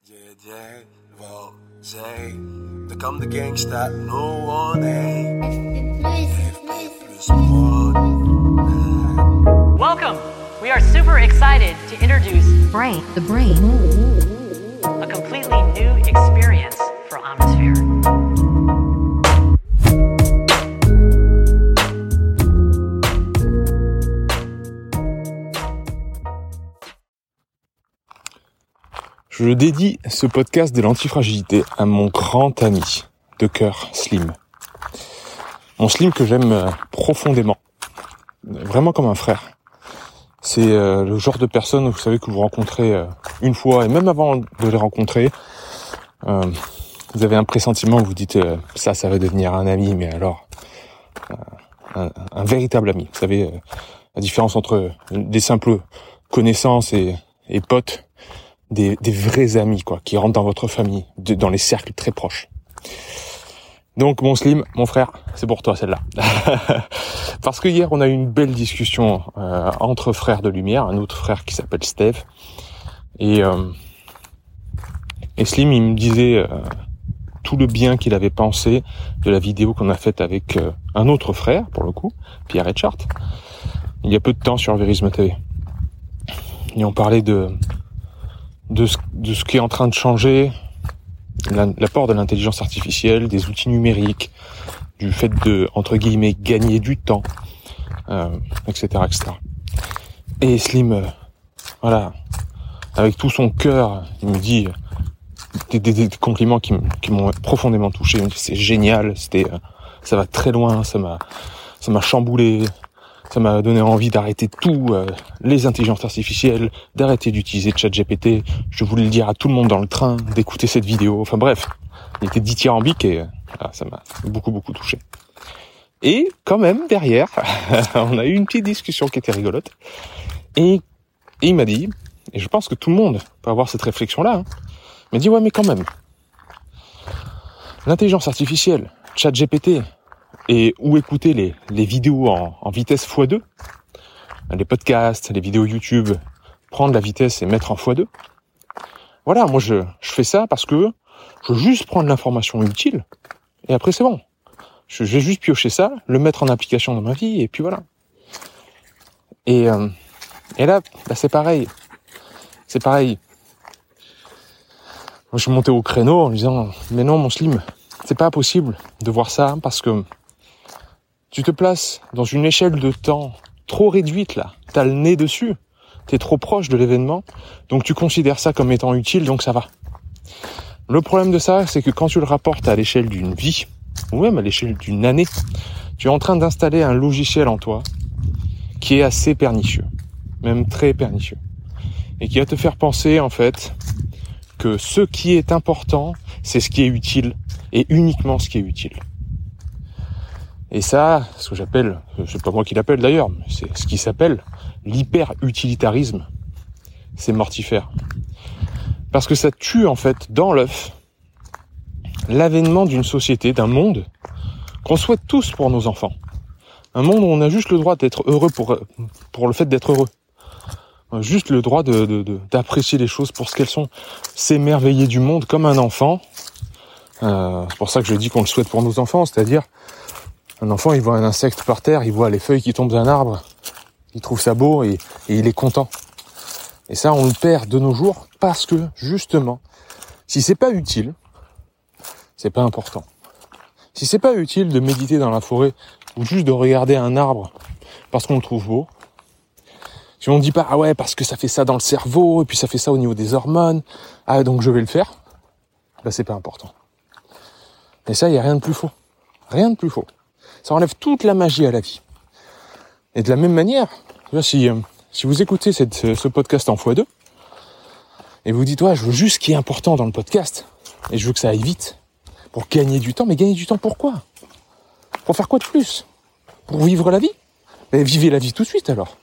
T'es comme des gangsters, no one ain't. Welcome! We are super excited to introduce Brain, the brain. a completely new experience for Omnisphere. Je dédie ce podcast de l'antifragilité à mon grand ami de cœur, Slim. Mon Slim que j'aime profondément, vraiment comme un frère. C'est le genre de personne, vous savez, que vous rencontrez une fois, et même avant de les rencontrer, vous avez un pressentiment, vous dites ça va devenir un ami, mais alors un véritable ami. Vous savez, la différence entre des simples connaissances et potes, des vrais amis, quoi, qui rentrent dans votre famille, dans les cercles très proches. Donc mon Slim, mon frère, c'est pour toi celle-là. Parce que hier on a eu une belle discussion entre frères de lumière, un autre frère qui s'appelle Steve, et Slim il me disait tout le bien qu'il avait pensé de la vidéo qu'on a faite avec un autre frère, pour le coup, Pierre Etchart, il y a peu de temps sur Vérisme TV. Et on parlait de ce qui est en train de changer, l'apport de l'intelligence artificielle, des outils numériques, du fait de, entre guillemets, gagner du temps, etc., etc. Et Slim, voilà, avec tout son cœur, il me dit des compliments qui m'ont profondément touché. Il me dit, c'est génial, ça va très loin, ça m'a chamboulé. Ça m'a donné envie d'arrêter tout, les intelligences artificielles, d'arrêter d'utiliser ChatGPT. Je voulais le dire à tout le monde dans le train, d'écouter cette vidéo. Enfin bref, il était dithyrambique et ça m'a beaucoup touché. Et quand même, derrière, on a eu une petite discussion qui était rigolote. Et il m'a dit, et je pense que tout le monde peut avoir cette réflexion-là, il m'a dit, ouais mais quand même, l'intelligence artificielle, ChatGPT, et où écouter les vidéos en vitesse x2, les podcasts, les vidéos YouTube, prendre la vitesse et mettre en x2. Voilà, moi je fais ça parce que je veux juste prendre l'information utile, et après c'est bon. Je vais juste piocher ça, le mettre en application dans ma vie, et puis voilà. Et là, c'est pareil. C'est pareil. Moi je suis monté au créneau en lui disant, mais non mon Slim, c'est pas possible de voir ça, parce que tu te places dans une échelle de temps trop réduite, là. T'as le nez dessus. T'es trop proche de l'événement. Donc tu considères ça comme étant utile, donc ça va. Le problème de ça, c'est que quand tu le rapportes à l'échelle d'une vie, ou même à l'échelle d'une année, tu es en train d'installer un logiciel en toi qui est assez pernicieux. Même très pernicieux. Et qui va te faire penser, en fait, que ce qui est important, c'est ce qui est utile. Et uniquement ce qui est utile. Et ça, ce que j'appelle, c'est pas moi qui l'appelle d'ailleurs, mais c'est ce qui s'appelle l'hyper-utilitarisme. C'est mortifère. Parce que ça tue en fait dans l'œuf l'avènement d'une société, d'un monde qu'on souhaite tous pour nos enfants. Un monde où on a juste le droit d'être heureux pour le fait d'être heureux. On a juste le droit d'apprécier les choses pour ce qu'elles sont. S'émerveiller du monde comme un enfant. C'est pour ça que je dis qu'on le souhaite pour nos enfants, c'est-à-dire un enfant, il voit un insecte par terre, il voit les feuilles qui tombent d'un arbre, il trouve ça beau et il est content. Et ça, on le perd de nos jours parce que, justement, si c'est pas utile, c'est pas important. Si c'est pas utile de méditer dans la forêt ou juste de regarder un arbre parce qu'on le trouve beau, si on ne dit pas, ah ouais, parce que ça fait ça dans le cerveau et puis ça fait ça au niveau des hormones, ah donc je vais le faire, c'est pas important. Et ça, il y a rien de plus faux. Rien de plus faux. Ça enlève toute la magie à la vie. Et de la même manière, si vous écoutez ce podcast en x2, et vous dites, ouais, je veux juste ce qui est important dans le podcast, et je veux que ça aille vite, pour gagner du temps, mais gagner du temps pourquoi ? Pour faire quoi de plus ? Pour vivre la vie ? Mais vivez la vie tout de suite alors.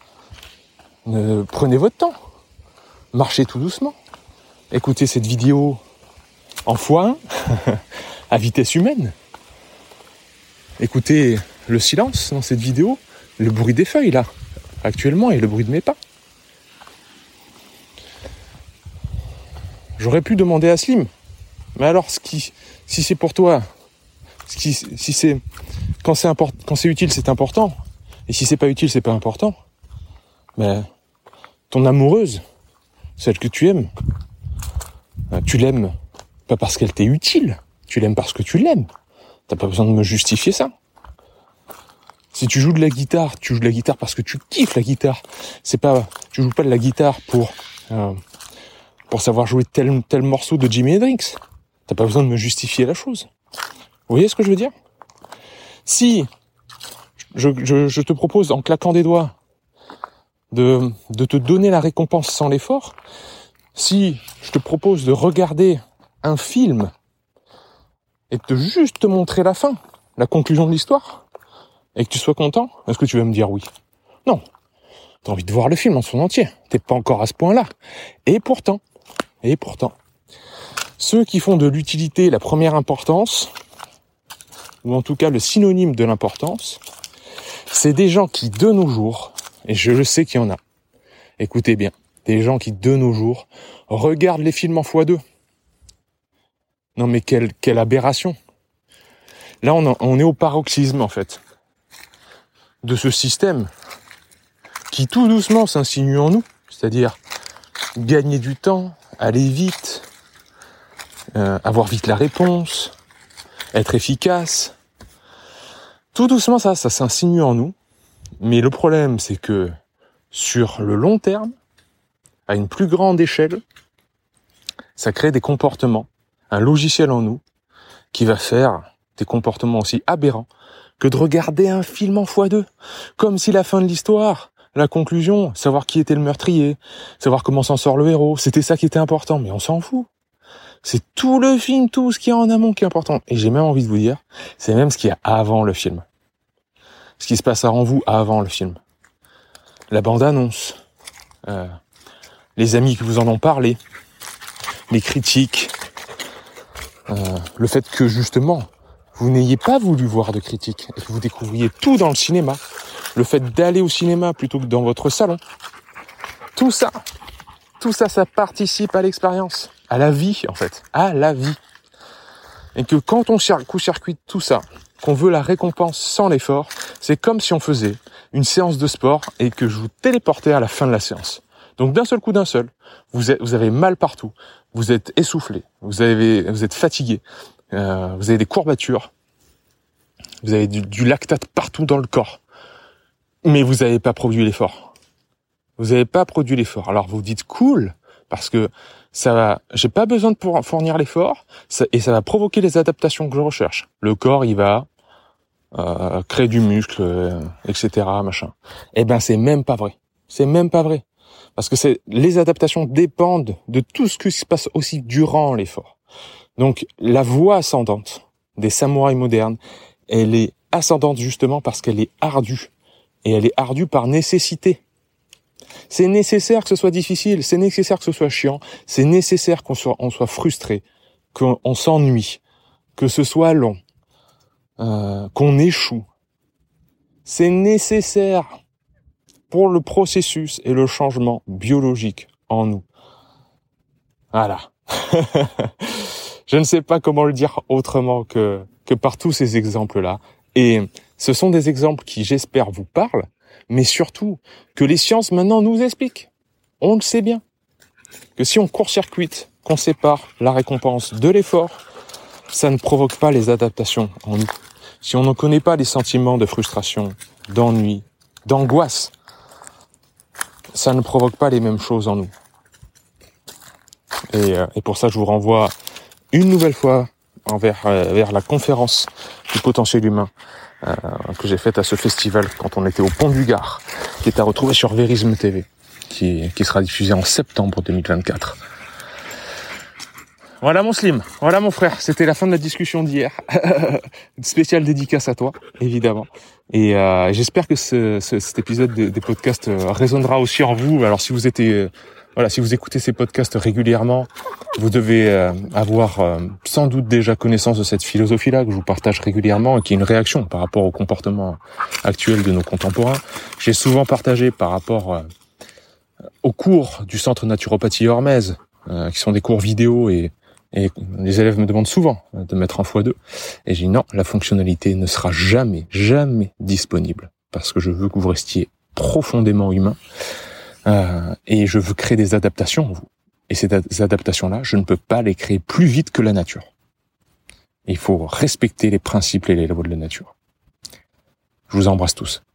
Prenez votre temps. Marchez tout doucement. Écoutez cette vidéo en x1, à vitesse humaine. Écoutez le silence dans cette vidéo, le bruit des feuilles là, actuellement, et le bruit de mes pas. j'aurais pu demander à Slim. Mais alors, si c'est pour toi, quand c'est utile, c'est important. Et si c'est pas utile, c'est pas important. Mais ton amoureuse, celle que tu aimes, tu l'aimes pas parce qu'elle t'est utile. Tu l'aimes parce que tu l'aimes. T'as pas besoin de me justifier ça. Si tu joues de la guitare, tu joues de la guitare parce que tu kiffes la guitare. Tu joues pas de la guitare pour savoir jouer tel morceau de Jimi Hendrix. T'as pas besoin de me justifier la chose. Vous voyez ce que je veux dire? Si je te propose, en claquant des doigts, de te donner la récompense sans l'effort, si je te propose de regarder un film et de juste te montrer la fin, la conclusion de l'histoire, et que tu sois content, est-ce que tu vas me dire oui? Non. T'as envie de voir le film en son entier. T'es pas encore à ce point-là. Et pourtant, ceux qui font de l'utilité la première importance, ou en tout cas le synonyme de l'importance, c'est des gens qui, de nos jours, et je le sais qu'il y en a, écoutez bien, des gens qui, de nos jours, regardent les films en x2. Non mais quelle aberration. Là, on est au paroxysme, en fait, de ce système qui, tout doucement, s'insinue en nous. C'est-à-dire gagner du temps, aller vite, avoir vite la réponse, être efficace. Tout doucement, ça s'insinue en nous. Mais le problème, c'est que sur le long terme, à une plus grande échelle, ça crée des comportements, un logiciel en nous qui va faire des comportements aussi aberrants que de regarder un film en x2, comme si la fin de l'histoire, la conclusion, savoir qui était le meurtrier, savoir comment s'en sort le héros, c'était ça qui était important, mais on s'en fout. C'est tout le film, tout ce qu'il y a en amont qui est important. Et j'ai même envie de vous dire, c'est même ce qu'il y a avant le film. Ce qui se passe en vous avant le film. La bande-annonce, les amis qui vous en ont parlé, les critiques, le fait que justement, vous n'ayez pas voulu voir de critiques et que vous découvriez tout dans le cinéma, le fait d'aller au cinéma plutôt que dans votre salon, tout ça, ça participe à l'expérience, à la vie en fait, à la vie. Et que quand on court-circuite tout ça, qu'on veut la récompense sans l'effort, c'est comme si on faisait une séance de sport et que je vous téléportais à la fin de la séance. Donc d'un seul coup, vous avez mal partout, vous êtes essoufflé, vous êtes fatigué, vous avez des courbatures, vous avez du lactate partout dans le corps, mais vous n'avez pas produit l'effort. Vous n'avez pas produit l'effort. Alors vous dites cool, parce que j'ai pas besoin de fournir l'effort, et ça va provoquer les adaptations que je recherche. Le corps, il va créer du muscle, etc., machin. Eh ben, c'est même pas vrai. C'est même pas vrai. Parce que les adaptations dépendent de tout ce qui se passe aussi durant l'effort. Donc, la voie ascendante des samouraïs modernes, elle est ascendante justement parce qu'elle est ardue. Et elle est ardue par nécessité. C'est nécessaire que ce soit difficile, c'est nécessaire que ce soit chiant, c'est nécessaire qu'on soit frustré, qu'on s'ennuie, que ce soit long, qu'on échoue. C'est nécessaire pour le processus et le changement biologique en nous. Voilà. Je ne sais pas comment le dire autrement que par tous ces exemples-là. Et ce sont des exemples qui, j'espère, vous parlent, mais surtout que les sciences maintenant nous expliquent. On le sait bien. Que si on court-circuite, qu'on sépare la récompense de l'effort, ça ne provoque pas les adaptations en nous. Si on ne connaît pas les sentiments de frustration, d'ennui, d'angoisse, ça ne provoque pas les mêmes choses en nous. Et pour ça, je vous renvoie une nouvelle fois vers la conférence du potentiel humain que j'ai faite à ce festival quand on était au Pont du Gard, qui est à retrouver sur Verisme TV, qui sera diffusé en septembre 2024. Voilà mon Slim, voilà mon frère, c'était la fin de la discussion d'hier. Une spéciale dédicace à toi, évidemment. Et j'espère que cet épisode des podcasts résonnera aussi en vous. Alors si vous écoutez ces podcasts régulièrement, vous devez avoir sans doute déjà connaissance de cette philosophie-là que je vous partage régulièrement et qui est une réaction par rapport au comportement actuel de nos contemporains. J'ai souvent partagé par rapport au cours du centre naturopathie Hormez, qui sont des cours vidéo et les élèves me demandent souvent de mettre en x2. Et j'ai dit non, la fonctionnalité ne sera jamais disponible parce que je veux que vous restiez profondément humain et je veux créer des adaptations en vous. Et ces adaptations-là, je ne peux pas les créer plus vite que la nature. Et il faut respecter les principes et les lois de la nature. Je vous embrasse tous.